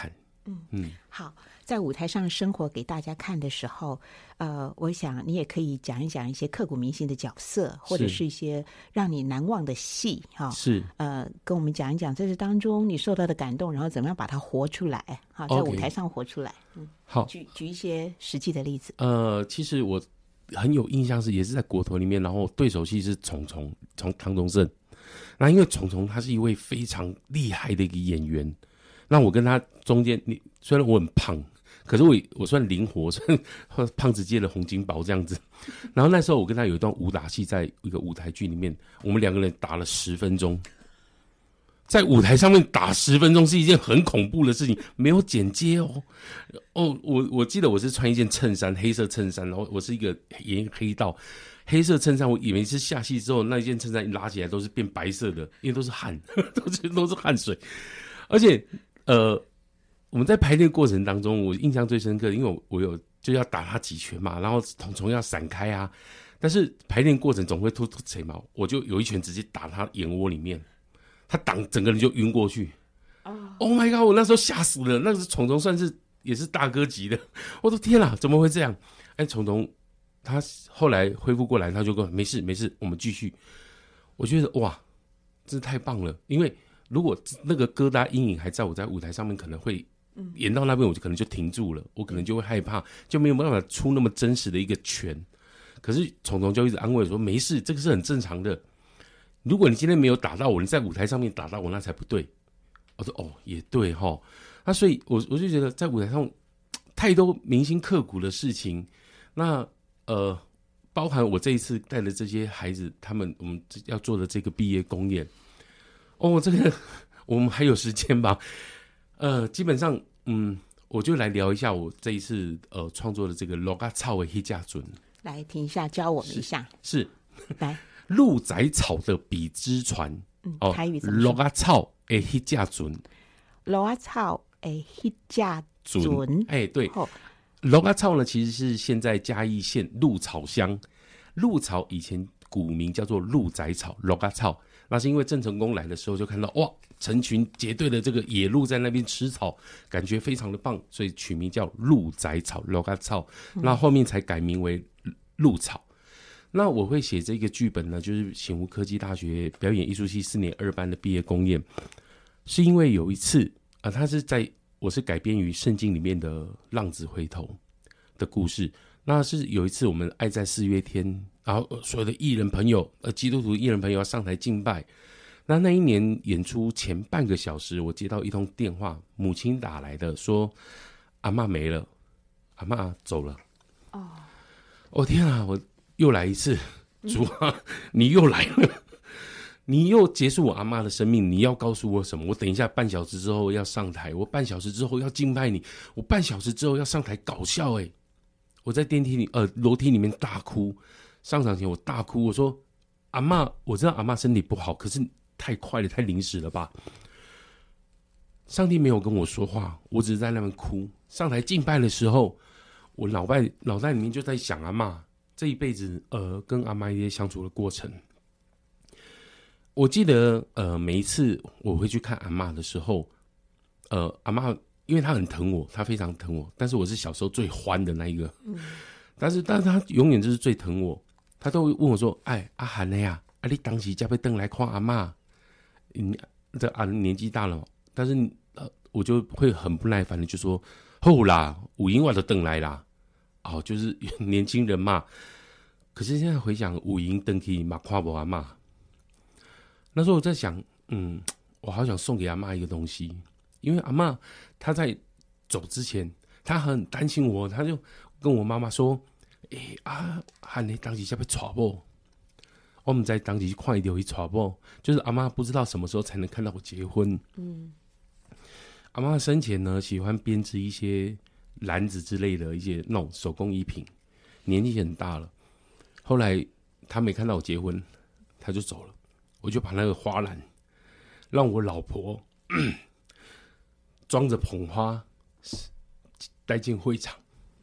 好，在舞台上生活给大家看的时候，我想你也可以讲一讲一些刻骨铭心的角色，或者是一些让你难忘的戏哈。
是，
跟我们讲一讲这是当中你受到的感动，然后怎么样把它活出来，好，在舞台上活出来。
好，
举一些实际的例子。
其实我很有印象也是在国头里面，然后对手戏是虫唐宗盛。那因为虫他是一位非常厉害的一个演员，那我跟他中间，虽然我很胖，可是我算灵活，算胖子界的洪金宝这样子。然后那时候我跟他有一段武打戏，在一个舞台剧里面，我们2个人打了10分钟，在舞台上面打10分钟是一件很恐怖的事情，没有剪接哦。我记得我是穿一件衬衫，黑色衬衫，然后我是一个黑道。黑色衬衫，我以为是下戏之后那一件衬衫一拉起来都是变白色的，因为都是汗，都是汗水。而且我们在排练过程当中，我印象最深刻的，因为我有就要打他几拳嘛，然后虫要闪开啊，但是排练过程总会突腿毛，我就有一拳直接打他眼窝里面，他整个人就晕过去。Oh my god！ 我那时候吓死了，那个虫算是也是大哥级的，我的天啊，怎么会这样？虫他后来恢复过来，他就跟我没事，我们继续。我觉得哇，真是太棒了！因为如果那个疙瘩阴影还在我在舞台上面，可能会演到那边，我就可能就停住了，我可能就会害怕，就没有办法出那么真实的一个拳。可是虫就一直安慰我说没事，这个是很正常的。如果你今天没有打到我，你在舞台上面打到我，那才不对。我说也对齁。那所以我就觉得在舞台上太多铭心刻骨的事情。那包含我这一次带的这些孩子，我们要做的这个毕业公演，这个我们还有时间吧？基本上，我就来聊一下我这一次创作的这个鹿仔草的迄架船。来
停一下，教我们一下。是，来
鹿仔草的笔之船。
台语怎么说？
鹿仔草的迄架船。
鹿仔草的迄架船。
对。鹿仔草呢，其实是现在嘉义县鹿草乡。鹿草以前古名叫做鹿仔草，鹿仔草。那是因为郑成功来的时候就看到哇，成群结队的这个野鹿在那边吃草，感觉非常的棒，所以取名叫鹿仔草，鹿仔草。那后面才改名为鹿草。那我会写这个剧本呢，就是醒吾科技大学表演艺术系4年2班的毕业公演，是因为有一次我是改编于圣经里面的浪子回头的故事。那是有一次我们爱在4月天，然后所有的艺人朋友基督徒艺人朋友要上台敬拜。那一年演出前半个小时，我接到一通电话，母亲打来的，说阿嬷没了，阿嬷走了。天啊，我又来一次，主啊，你又来了，你又结束我阿嬷的生命，你要告诉我什么？我等一下半小时之后要上台，我半小时之后要敬拜你，我半小时之后要上台搞笑。我在楼梯里面大哭，上场前我大哭，我说阿嬷，我知道阿嬷身体不好，可是太快了，太临时了吧。上帝没有跟我说话，我只是在那边哭。上台敬拜的时候，我脑袋里面就在想阿嬷这一辈子跟阿嬷一些相处的过程。我记得每一次我会去看阿嬷的时候，阿嬷因为她很疼我，她非常疼我，但是我是小时候最欢的那一个，但是她永远就是最疼我，她都会问我说：“阿涵的呀，你当时才要回来看阿嬷，这年纪大了，但是我就会很不耐烦的就说：好啦，有闲我就回来啦。就是年轻人嘛。可是现在回想，有闲回去嘛看不阿嬷。那时候我在想，我好想送给阿嬷一个东西，因为阿嬷她在走之前，她很担心我，她就跟我妈妈说：“喊你当时才要娶某，我们在当时看到去娶某，就是阿嬷不知道什么时候才能看到我结婚。”阿嬷生前呢，喜欢编织一些篮子之类的一些那种手工艺品，年纪很大了。后来她没看到我结婚，她就走了。我就把那个花篮让我老婆装着捧花带进会场。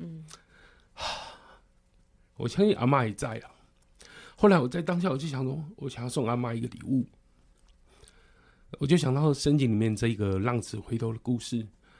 我相信阿嬷也在啊。后来我在当下我就想说，我想要送阿嬷一个礼物，我就想到圣经里面这个浪子回头的故事。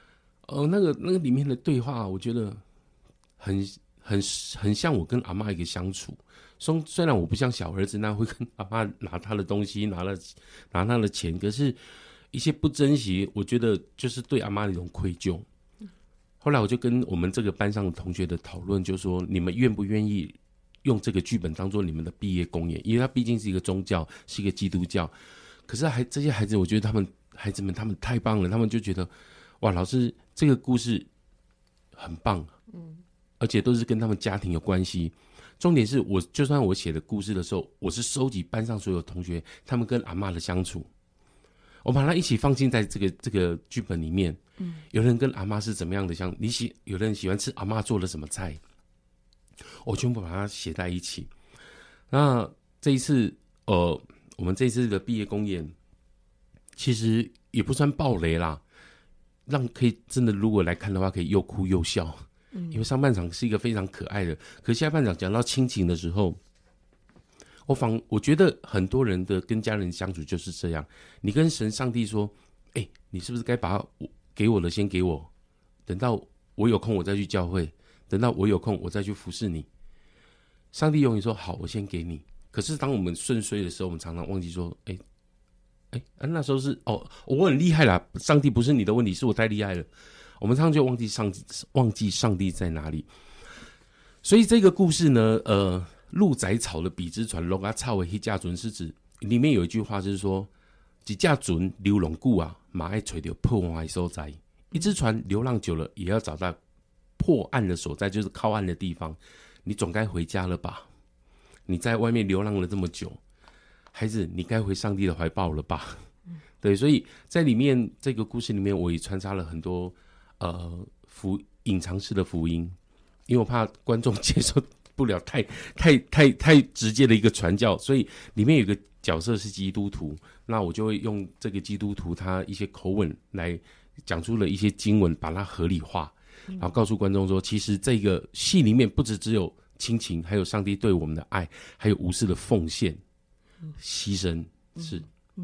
那个里面的对话，我觉得很像我跟阿嬷一个相处。虽然我不像小儿子那样会跟阿嬷拿他的东西，拿他的钱，可是一些不珍惜，我觉得就是对阿嬷的一种愧疚。后来我就跟我们这个班上的同学的讨论，就说你们愿不愿意用这个剧本当做你们的毕业公演？因为它毕竟是一个宗教，是一个基督教。可是这些孩子，我觉得孩子们他们太棒了，他们就觉得哇，老师这个故事很棒，而且都是跟他们家庭有关系。重点是就算我写的故事的时候，我是收集班上所有同学他们跟阿嬷的相处，我把它一起放进在这个剧本里面。有人跟阿嬷是怎么样的有人喜欢吃阿嬷做的什么菜，我全部把它写在一起。那这一次我们这一次的毕业公演其实也不算爆雷啦，可以真的如果来看的话可以又哭又笑。因为上半场是一个非常可爱的，可是下半场讲到亲情的时候，我觉得很多人的跟家人相处就是这样，你跟上帝说你是不是该把给我的先给我，等到我有空我再去教会，等到我有空我再去服侍你。上帝永远说好，我先给你。可是当我们顺遂的时候，我们常常忘记说那时候是我很厉害啦，上帝不是你的问题，是我太厉害了。我们常常就忘记上帝在哪里。所以这个故事呢，鹿仔草的比之船，龙啊草的那架船，是指里面有一句话就是说，一架船流浪久啊，嘛爱找到破案的所在。一只船流浪久了，也要找到破案的所在，就是靠岸的地方。你总该回家了吧？你在外面流浪了这么久，孩子，你该回上帝的怀抱了吧？对，所以在里面这个故事里面，我也穿插了很多隐藏式的福音，因为我怕观众接受不了太直接的一个传教，所以里面有一个角色是基督徒，那我就会用这个基督徒他一些口吻来讲出了一些经文，把它合理化，然后告诉观众说，其实这个戏里面不只有亲情，还有上帝对我们的爱，还有无私的奉献、牺牲，是。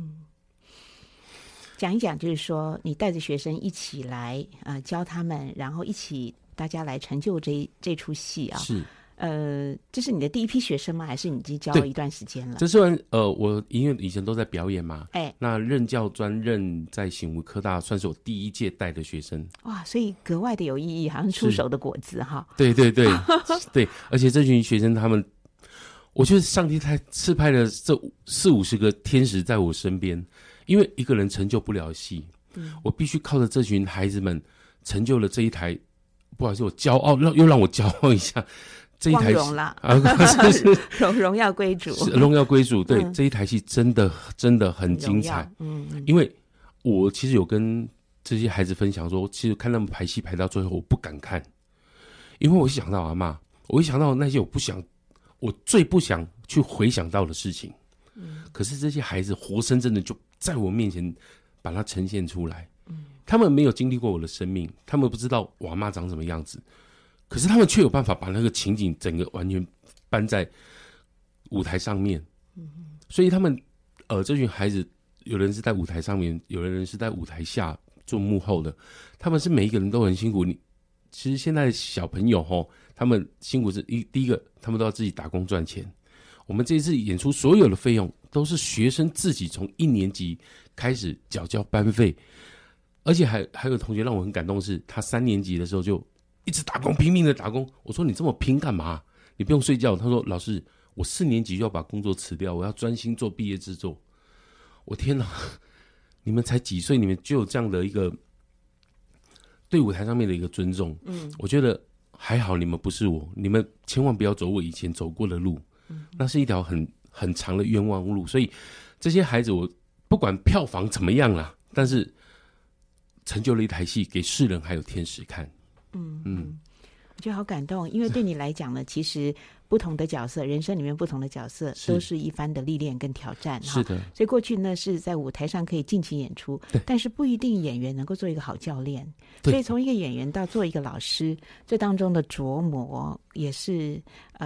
讲一讲，就是说你带着学生一起来教他们，然后一起大家来成就这出戏啊。是，这是你的第一批学生吗？还是你已经教了一段时间了？这是
我因为以前都在表演嘛，那任教专任在醒吾科大，算是我第一届带的学生。哇，
所以格外的有意义，好像出手的果子哈。
对对对对，而且这群学生他们，我觉得上帝赐派了这40-50个天使在我身边。因为一个人成就不了戏，我必须靠着这群孩子们成就了这一台。不好意思，我骄傲，又让我骄傲一下。这一台
光荣啦，荣耀归主，
荣耀归主。对，这一台戏真的很精彩。因为我其实有跟这些孩子分享说，其实看他们排戏排到最后，我不敢看，因为我想到阿嬷，我一想到那些我最不想去回想到的事情。可是这些孩子活生生的就在我面前把它呈现出来。他们没有经历过我的生命，他们不知道我阿嬷长什么样子，可是他们却有办法把那个情景整个完全搬在舞台上面。所以他们这群孩子，有人是在舞台上面，有的人是在舞台下做幕后的，他们是每一个人都很辛苦。其实现在的小朋友他们辛苦是第一个，他们都要自己打工赚钱。我们这一次演出所有的费用都是学生自己从1年级开始缴班费，而且还有同学让我很感动的是，他3年级的时候就一直打工，拼命的打工。我说你这么拼干嘛？你不用睡觉。他说老师，我4年级就要把工作辞掉，我要专心做毕业制作。我天哪，你们才几岁，你们就有这样的一个对舞台上面的一个尊重。我觉得还好你们不是我，你们千万不要走我以前走过的路。那是一条很长的冤枉路，所以这些孩子我不管票房怎么样啦，但是成就了一台戏给世人还有天使看。
我觉得好感动，因为对你来讲呢，其实不同的角色，人生里面不同的角色都是一番的历练跟挑战。是的，所以过去呢是在舞台上可以尽情演出，但是不一定演员能够做一个好教练。所以从一个演员到做一个老师，这当中的琢磨也是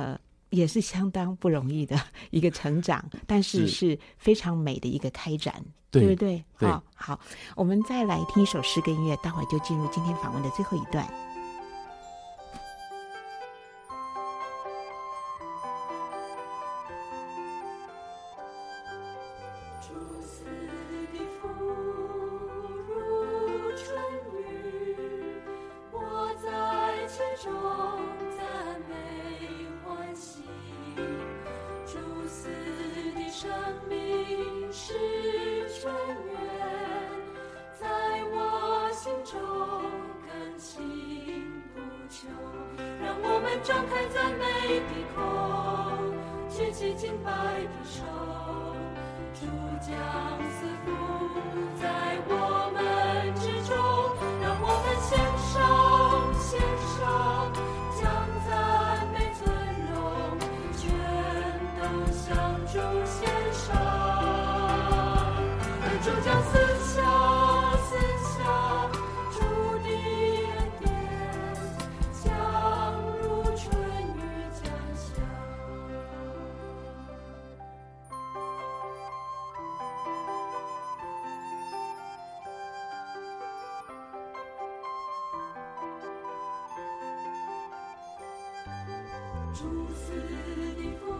也是相当不容易的一个成长，但是是非常美的一个开展，对不对？
对，
好，我们再来听一首诗跟音乐，待会儿就进入今天访问的最后一段。
张开赞美的口，举起敬拜的手，主将赐福在我们之中，让我们献上，将赞美尊荣全都向主献上，而主将赐下主的恩典，将如春雨降下。主赐的福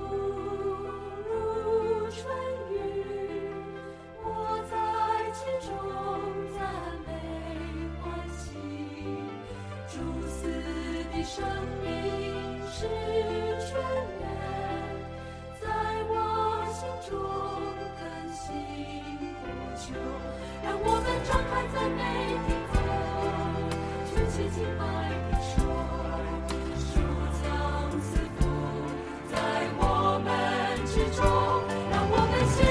如春雨，我在其中赞美欢喜。主赐的生命是泉源，在我心中更新不朽。让我们张开赞美的口，举起敬拜的手，主将赐福在我们之中，让我们献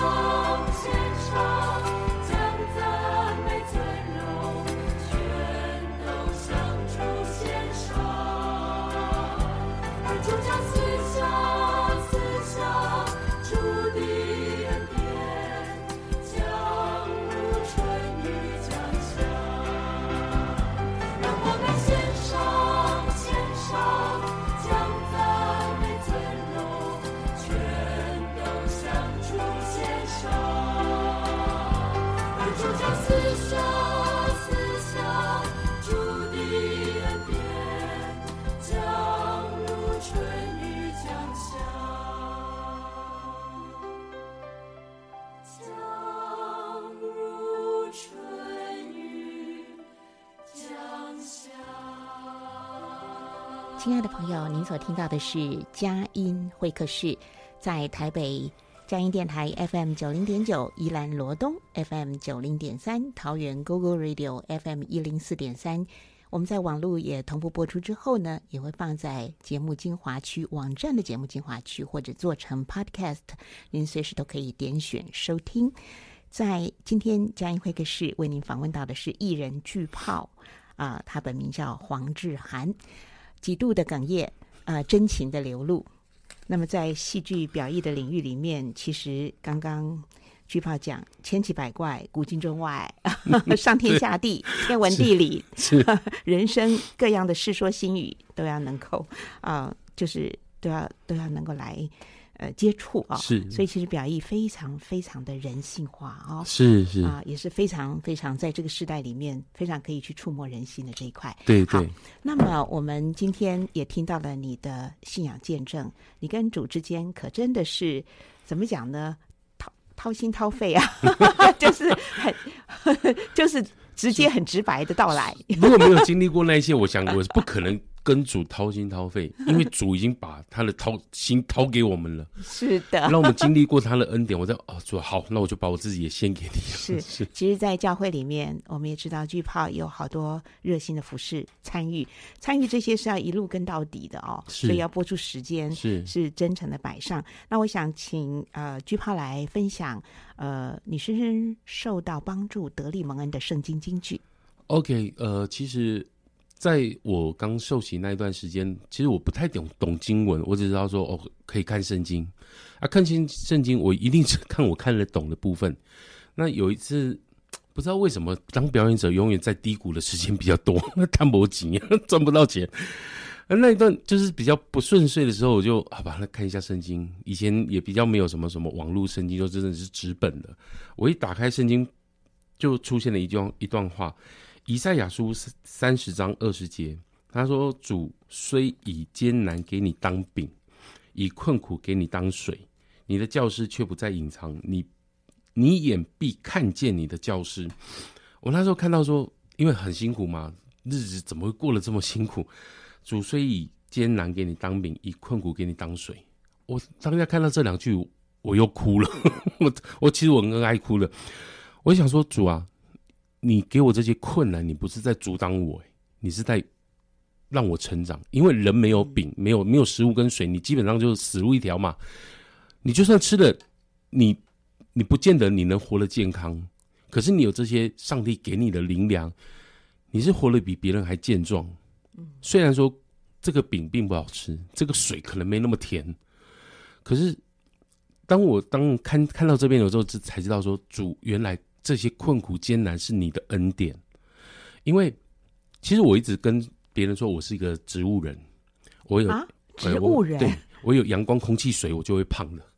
上，将赞美尊荣全都向主献上，而主将赐下主的恩典，将如春雨降下，让我们献上，将赞美尊荣全都向主献上，而主将赐下主的恩典，将如春雨降下，将如春雨降下。
亲爱的朋友，您所听到的是佳音会客室，在台北佳音电台 FM 90.9，宜兰罗东 FM 90.3，桃园 GoGo Radio FM 104.3。我们在网络也同步播出之后呢，也会放在节目精华区网站的节目精华区，或者做成 Podcast， 您随时都可以点选收听。在今天佳音会客室为您访问到的是艺人巨炮他本名叫黄志涵，几度的哽咽，真情的流露。那么在戏剧表艺的领域里面，其实刚刚巨炮讲千奇百怪，古今中外，上天下地，天文地理，人生各样的世说新语都要能够就是都要能够来接触
是，
所以其实表艺非常非常的人性化
是
也是非常非常在这个时代里面非常可以去触摸人心的这一块。
对。
那么我们今天也听到了你的信仰见证，你跟主之间可真的是怎么讲呢？掏心掏肺就是直接很直白的到来。
如果没有经历过那些，我想我是不可能跟主掏心掏肺，因为主已经把他的心掏给我们了。
是的，
让我们经历过他的恩典。我在主好，那我就把我自己也献给你。
是，其实在教会里面我们也知道巨炮有好多热心的服事参与这些是要一路跟到底的所以要播出时间，是真诚的摆上。那我想请巨炮来分享你深深受到帮助得力蒙恩的圣经金句。
OK， 其实在我刚受洗那一段时间，其实我不太懂经文，我只知道说可以看圣经看圣经我一定是看我看得懂的部分。那有一次不知道为什么当表演者永远在低谷的时间比较多，看不钱赚不到钱那一段就是比较不顺遂的时候，我就好吧，那看一下圣经。以前也比较没有什么网络圣经，就真的是纸本的。我一打开圣经，就出现了一段话，以赛亚书30章20节，他说：“主虽以艰难给你当饼，以困苦给你当水，你的教师却不再隐藏，你眼必看见你的教师。”我那时候看到说，因为很辛苦嘛，日子怎么会过得这么辛苦？主虽以艰难给你当饼，以困苦给你当水。我当下看到这2句，我又哭了。我其实我很爱哭了。我想说，主啊，你给我这些困难，你不是在阻挡我，你是在让我成长。因为人没有饼，没有食物跟水，你基本上就是死路一条嘛。你就算吃了，你不见得你能活得健康。可是你有这些上帝给你的灵粮，你是活得比别人还健壮。虽然说这个饼并不好吃，这个水可能没那么甜，可是当看到这边的时候，才知道说，主原来这些困苦艰难是你的恩典。因为其实我一直跟别人说我是一个植物人，我有
植物人，
对，我有阳光、空气、水，我就会胖的。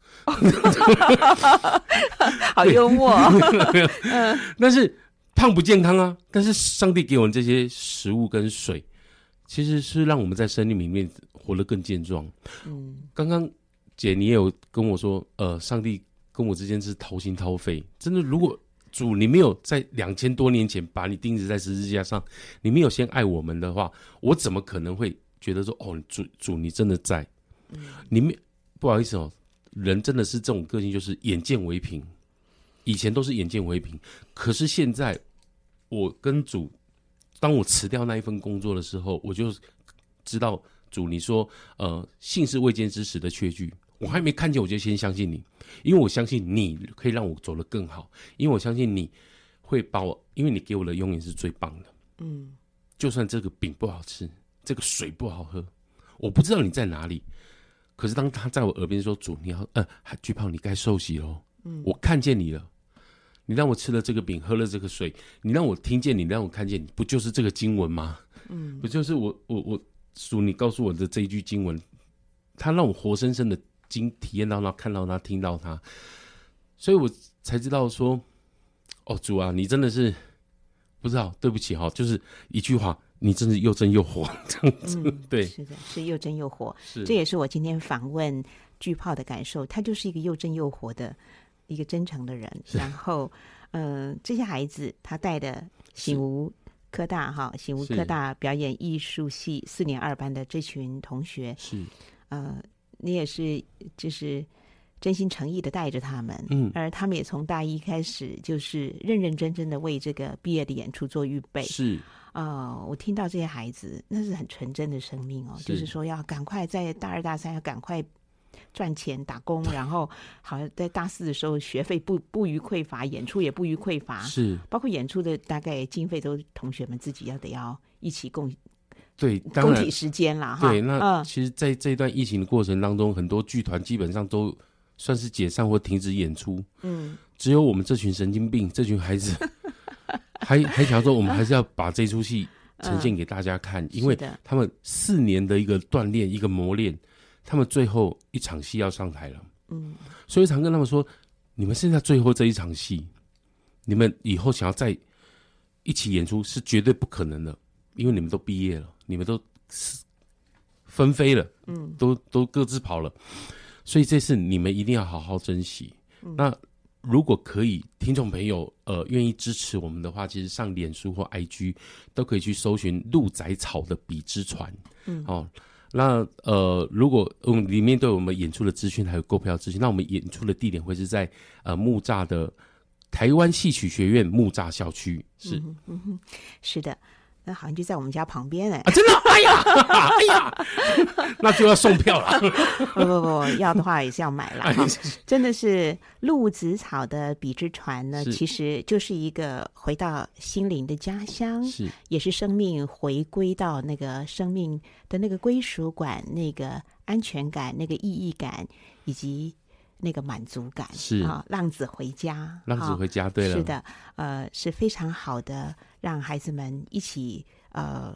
好幽默。
但是胖不健康啊。但是上帝给我们这些食物跟水，其实是让我们在生命里面活得更健壮。刚刚姐你也有跟我说，上帝跟我之间是掏心掏肺。真的，如果主你没有在2000多年前把你钉死在十字架上，你没有先爱我们的话，我怎么可能会觉得说，哦，主你真的在？你没不好意思哦，人真的是这种个性，就是眼见为凭。以前都是眼见为凭，可是现在我跟主，当我辞掉那一份工作的时候，我就知道主你说信是未见之时的确据，我还没看见我就先相信你，因为我相信你可以让我走得更好，因为我相信你会把我，因为你给我的永远是最棒的。就算这个饼不好吃，这个水不好喝，我不知道你在哪里，可是当他在我耳边说，主你要巨炮你该受洗咯，我看见你了，你让我吃了这个饼，喝了这个水，你让我听见你，让我看见你，不就是这个经文吗？不就是我主你告诉我的这一句经文，他让我活生生的体验到他，看到他，听到他，所以我才知道说，哦，主啊，你真的是不知道，对不起哈，就是一句话，你真是又真又活这样子。对，
是的，是又真又活。这也是我今天访问巨炮的感受，他就是一个又真又活的一个真诚的人。然后这些孩子他带的醒吾科大醒吾科大表演艺术系4年2班的这群同学，是你也是就是真心诚意的带着他们，而他们也从大一开始就是认认真真的为这个毕业的演出做预备。是我听到这些孩子那是很纯真的生命哦，就是说要赶快在大2大3要赶快赚钱打工，然后好像在大4的时候学费不予匮乏，演出也不予匮乏，是包括演出的大概经费都同学们自己要一起共体时间啦。
对，那其实在这段疫情的过程当中，很多剧团基本上都算是解散或停止演出，只有我们这群神经病，这群孩子还想说我们还是要把这出戏呈现给大家看，因为他们4年的一个锻炼一个磨练，他们最后一场戏要上台了，所以常跟他们说，你们现在最后这一场戏，你们以后想要再一起演出是绝对不可能的，因为你们都毕业了，你们都分飞了，都各自跑了，所以这次你们一定要好好珍惜。那如果可以，听众朋友愿意支持我们的话，其实上脸书或 IG 都可以去搜寻鹿仔草的笔之船。那如果里面都有我们演出的资讯还有购票资讯，那我们演出的地点会是在木栅的台湾戏曲学院木栅校区。
是的，那好像就在我们家旁边
真的？哎呀，那就要送票了。
不，要的话也是要买了。真的是鹿子草的笔之船呢，其实就是一个回到心灵的家乡，也是生命回归到那个生命的那个归属感、那个安全感、那个意义感以及那个满足感。是浪子回家，
浪子回家，对了，
是的，是非常好的，让孩子们一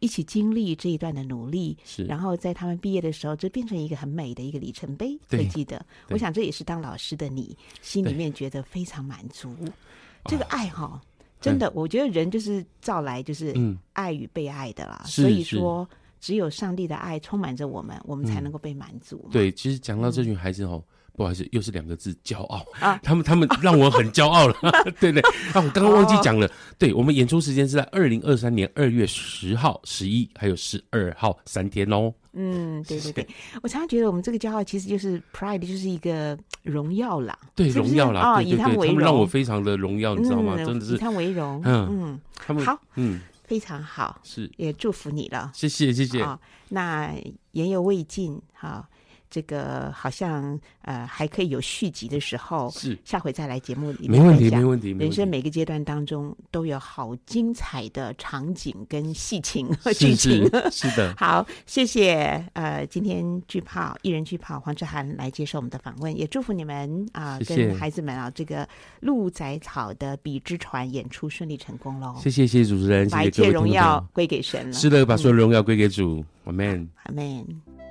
一起经历这一段的努力，
是，
然后在他们毕业的时候，这变成一个很美的一个里程碑。会记得，我想这也是当老师的你心里面觉得非常满足。这个爱哈，真的，我觉得人就是造来就是爱与被爱的啦。所以说，只有上帝的爱充满着我们，我们才能够被满足。
对，其实讲到这群孩子哦。不好意思，又是2个字，骄傲啊！他们让我很骄傲了，对对。我刚刚忘记讲了，对，我们演出时间是在2023年2月10号、11还有12号3天哦。
对对对，我常常觉得我们这个骄傲其实就是 pride， 就是一个荣耀啦，
对，
是不是
荣耀啦，对对对，
以他们为荣，
他们让我非常的荣耀，你知道吗？真的是
以他为荣，
他们
好，非常好，
是，
也祝福你了，
谢谢谢谢。
那言犹未尽，好。这个好像还可以有续集的时候，是下回再来节目里面
没问题没问题。
人生每个阶段当中都有好精彩的场景跟戏情和剧情，
是的。
好，谢谢今天艺人巨炮黄志涵来接受我们的访问，也祝福你们跟孩子们这个鹿仔草的笔之船演出顺利成功喽！
谢谢谢谢主持人，
把一切荣耀归给神了。
是的，把所有荣耀归给主。阿们，
阿们。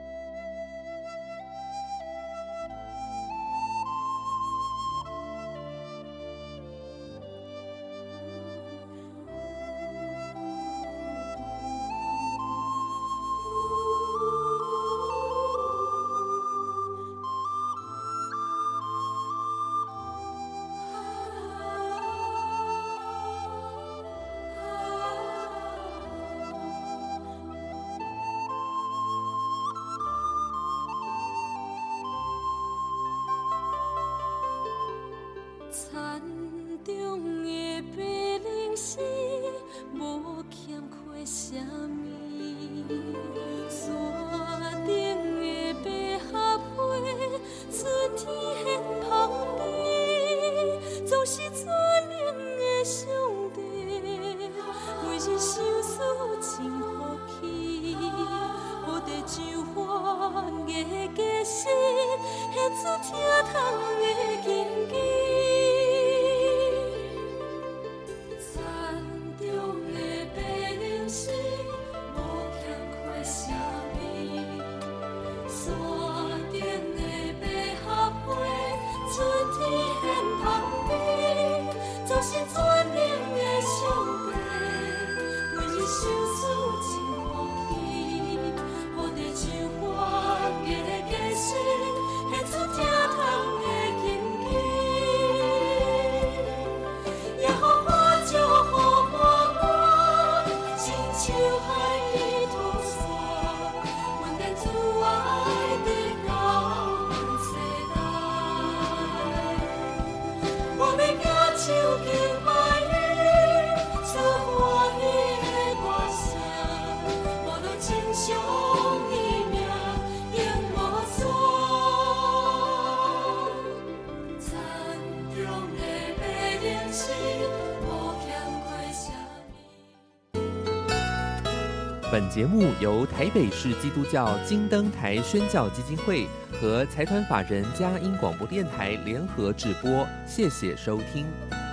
本节目由台北市基督教金灯台宣教基金会和财团法人佳音广播电台联合制播，谢谢收听。